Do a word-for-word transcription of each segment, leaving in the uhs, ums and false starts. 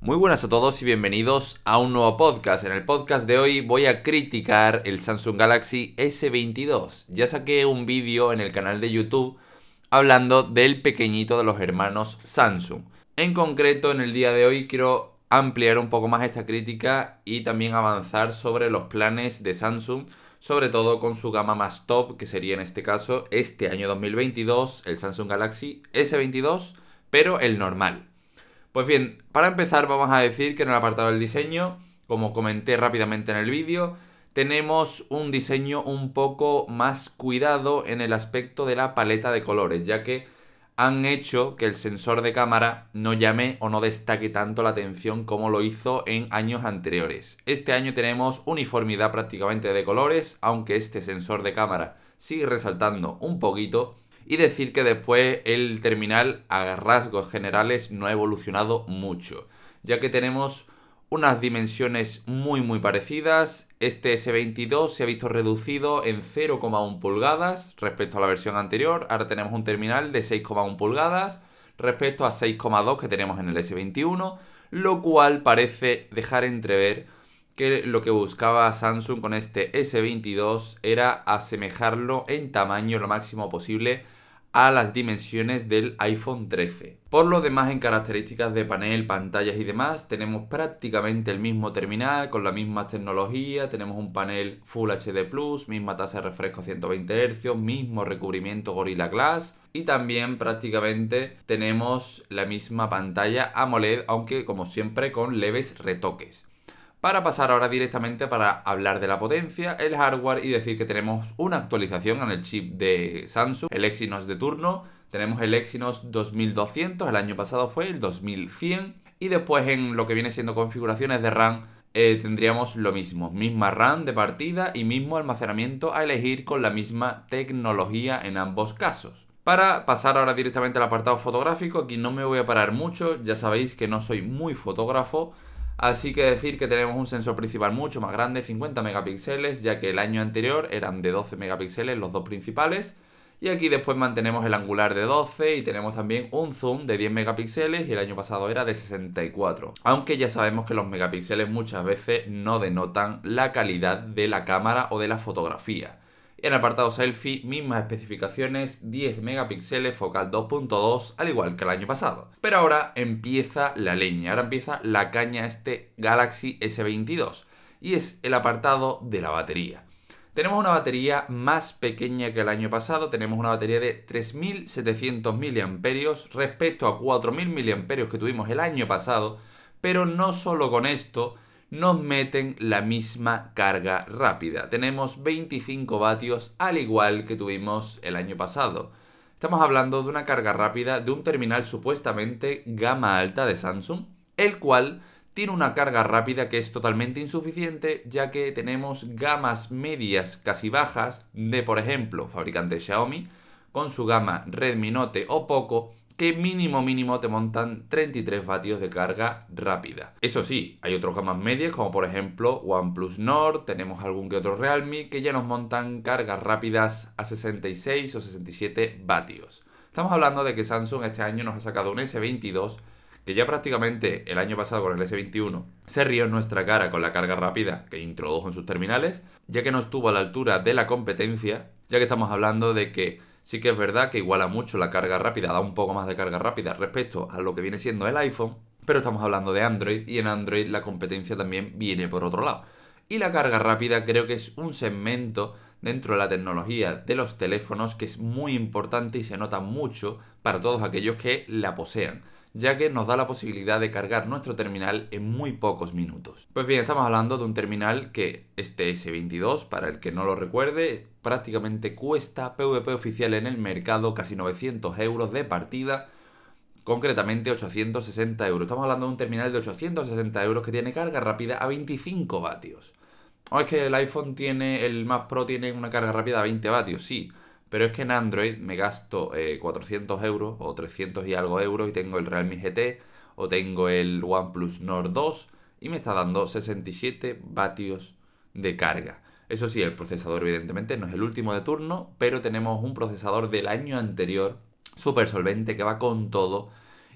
Muy buenas a todos y bienvenidos a un nuevo podcast. En el podcast de hoy voy a criticar el Samsung Galaxy ese veintidós. Ya saqué un vídeo en el canal de YouTube hablando del pequeñito de los hermanos Samsung. En concreto, en el día de hoy quiero ampliar un poco más esta crítica y también avanzar sobre los planes de Samsung, sobre todo con su gama más top, que sería en este caso este año dos mil veintidós, el Samsung Galaxy ese veintidós, pero el normal. Pues bien, para empezar vamos a decir que en el apartado del diseño, como comenté rápidamente en el vídeo, tenemos un diseño un poco más cuidado en el aspecto de la paleta de colores, ya que han hecho que el sensor de cámara no llame o no destaque tanto la atención como lo hizo en años anteriores. Este año tenemos uniformidad prácticamente de colores, aunque este sensor de cámara sigue resaltando un poquito. Y decir que después el terminal a rasgos generales no ha evolucionado mucho, ya que tenemos unas dimensiones muy muy parecidas. Este ese veintidós se ha visto reducido en cero coma uno pulgadas respecto a la versión anterior. Ahora tenemos un terminal de seis coma uno pulgadas respecto a seis coma dos que tenemos en el ese veintiuno, lo cual parece dejar entrever que lo que buscaba Samsung con este ese veintidós era asemejarlo en tamaño lo máximo posible a las dimensiones del iPhone trece. Por lo demás, en características de panel, pantallas y demás, tenemos prácticamente el mismo terminal con la misma tecnología. Tenemos un panel Full H D Plus, misma tasa de refresco a ciento veinte hercios, mismo recubrimiento Gorilla Glass y también prácticamente tenemos la misma pantalla AMOLED, aunque como siempre con leves retoques. Para pasar ahora directamente para hablar de la potencia, el hardware y decir que tenemos una actualización en el chip de Samsung, el Exynos de turno. Tenemos el Exynos dos mil doscientos, el año pasado fue el dos mil cien. Y después en lo que viene siendo configuraciones de RAM eh, tendríamos lo mismo, misma RAM de partida y mismo almacenamiento a elegir con la misma tecnología en ambos casos. Para pasar ahora directamente al apartado fotográfico, aquí no me voy a parar mucho, ya sabéis que no soy muy fotógrafo. Así que decir que tenemos un sensor principal mucho más grande, cincuenta megapíxeles, ya que el año anterior eran de doce megapíxeles los dos principales. Y aquí después mantenemos el angular de doce y tenemos también un zoom de diez megapíxeles y el año pasado era de sesenta y cuatro. Aunque ya sabemos que los megapíxeles muchas veces no denotan la calidad de la cámara o de la fotografía. En el apartado selfie, mismas especificaciones, diez megapíxeles, focal dos punto dos, al igual que el año pasado. Pero ahora empieza la leña, ahora empieza la caña este Galaxy ese veintidós. Y es el apartado de la batería. Tenemos una batería más pequeña que el año pasado, tenemos una batería de tres mil setecientos miliamperios respecto a cuatro mil miliamperios que tuvimos el año pasado. Pero no solo con esto, nos meten la misma carga rápida. Tenemos veinticinco vatios al igual que tuvimos el año pasado. Estamos hablando de una carga rápida de un terminal supuestamente gama alta de Samsung, el cual tiene una carga rápida que es totalmente insuficiente, ya que tenemos gamas medias casi bajas de, por ejemplo, fabricante Xiaomi, con su gama Redmi Note o Poco, que mínimo mínimo te montan treinta y tres vatios de carga rápida. Eso sí, hay otros gamas medias como por ejemplo OnePlus Nord, tenemos algún que otro Realme que ya nos montan cargas rápidas a sesenta y seis o sesenta y siete vatios. Estamos hablando de que Samsung este año nos ha sacado un ese veintidós que ya prácticamente el año pasado con el ese veintiuno se rió en nuestra cara con la carga rápida que introdujo en sus terminales, ya que no estuvo a la altura de la competencia, ya que estamos hablando de que sí que es verdad que iguala mucho la carga rápida, da un poco más de carga rápida respecto a lo que viene siendo el iPhone, pero estamos hablando de Android y en Android la competencia también viene por otro lado. Y la carga rápida creo que es un segmento dentro de la tecnología de los teléfonos que es muy importante y se nota mucho para todos aquellos que la posean, ya que nos da la posibilidad de cargar nuestro terminal en muy pocos minutos. Pues bien, estamos hablando de un terminal que este ese veintidós, para el que no lo recuerde, prácticamente cuesta P V P oficial en el mercado casi novecientos euros de partida, concretamente ochocientos sesenta euros. Estamos hablando de un terminal de ochocientos sesenta euros que tiene carga rápida a veinticinco vatios. O es que el iPhone tiene, el más Pro tiene una carga rápida a veinte vatios, sí. Pero es que en Android me gasto eh, cuatrocientos euros o trescientos y algo euros y tengo el Realme G T o tengo el OnePlus Nord dos y me está dando sesenta y siete vatios de carga. Eso sí, el procesador evidentemente no es el último de turno, pero tenemos un procesador del año anterior súper solvente que va con todo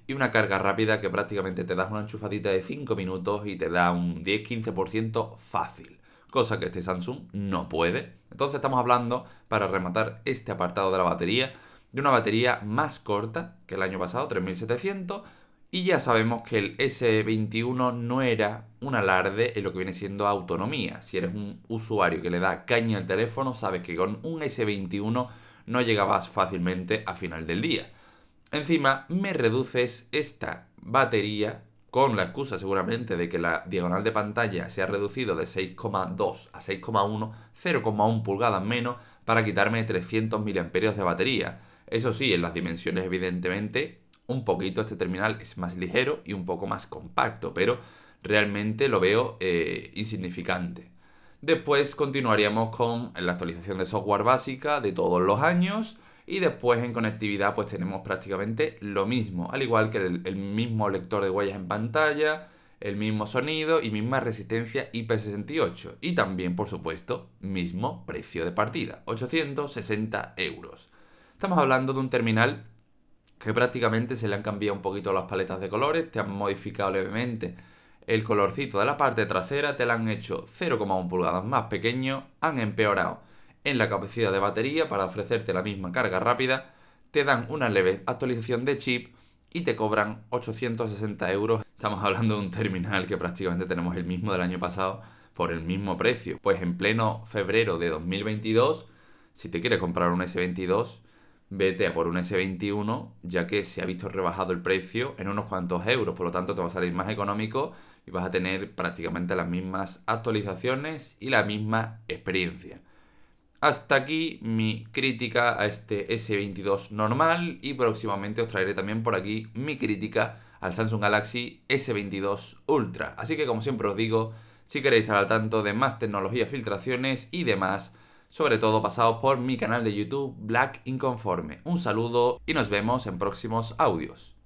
y una carga rápida que prácticamente te das una enchufadita de cinco minutos y te da un diez a quince por ciento fácil, cosa que este Samsung no puede. Entonces estamos hablando, para rematar este apartado de la batería, de una batería más corta que el año pasado, tres mil setecientos, y ya sabemos que el ese veintiuno no era un alarde en lo que viene siendo autonomía. Si eres un usuario que le da caña al teléfono, sabes que con un ese veintiuno no llegabas fácilmente a final del día. Encima me reduces esta batería con la excusa seguramente de que la diagonal de pantalla se ha reducido de seis coma dos a seis coma uno, cero coma uno pulgadas menos, para quitarme trescientos miliamperios de batería. Eso sí, en las dimensiones evidentemente un poquito este terminal es más ligero y un poco más compacto, pero realmente lo veo eh, insignificante. Después continuaríamos con la actualización de software básica de todos los años. Y después en conectividad pues tenemos prácticamente lo mismo, al igual que el, el mismo lector de huellas en pantalla, el mismo sonido y misma resistencia I P sesenta y ocho. Y también, por supuesto, mismo precio de partida, ochocientos sesenta euros. Estamos hablando de un terminal que prácticamente se le han cambiado un poquito las paletas de colores, te han modificado levemente el colorcito de la parte trasera, te la han hecho cero coma uno pulgadas más pequeño, han empeorado en la capacidad de batería para ofrecerte la misma carga rápida, te dan una leve actualización de chip y te cobran ochocientos sesenta euros. Estamos hablando de un terminal que prácticamente tenemos el mismo del año pasado por el mismo precio. Pues en pleno febrero de dos mil veintidós, si te quieres comprar un ese veintidós, vete a por un ese veintiuno, ya que se ha visto rebajado el precio en unos cuantos euros, por lo tanto te va a salir más económico y vas a tener prácticamente las mismas actualizaciones y la misma experiencia. Hasta aquí mi crítica a este ese veintidós normal, y próximamente os traeré también por aquí mi crítica al Samsung Galaxy ese veintidós Ultra. Así que, como siempre os digo, si queréis estar al tanto de más tecnología, filtraciones y demás, sobre todo pasaos por mi canal de YouTube Black Inconforme. Un saludo y nos vemos en próximos audios.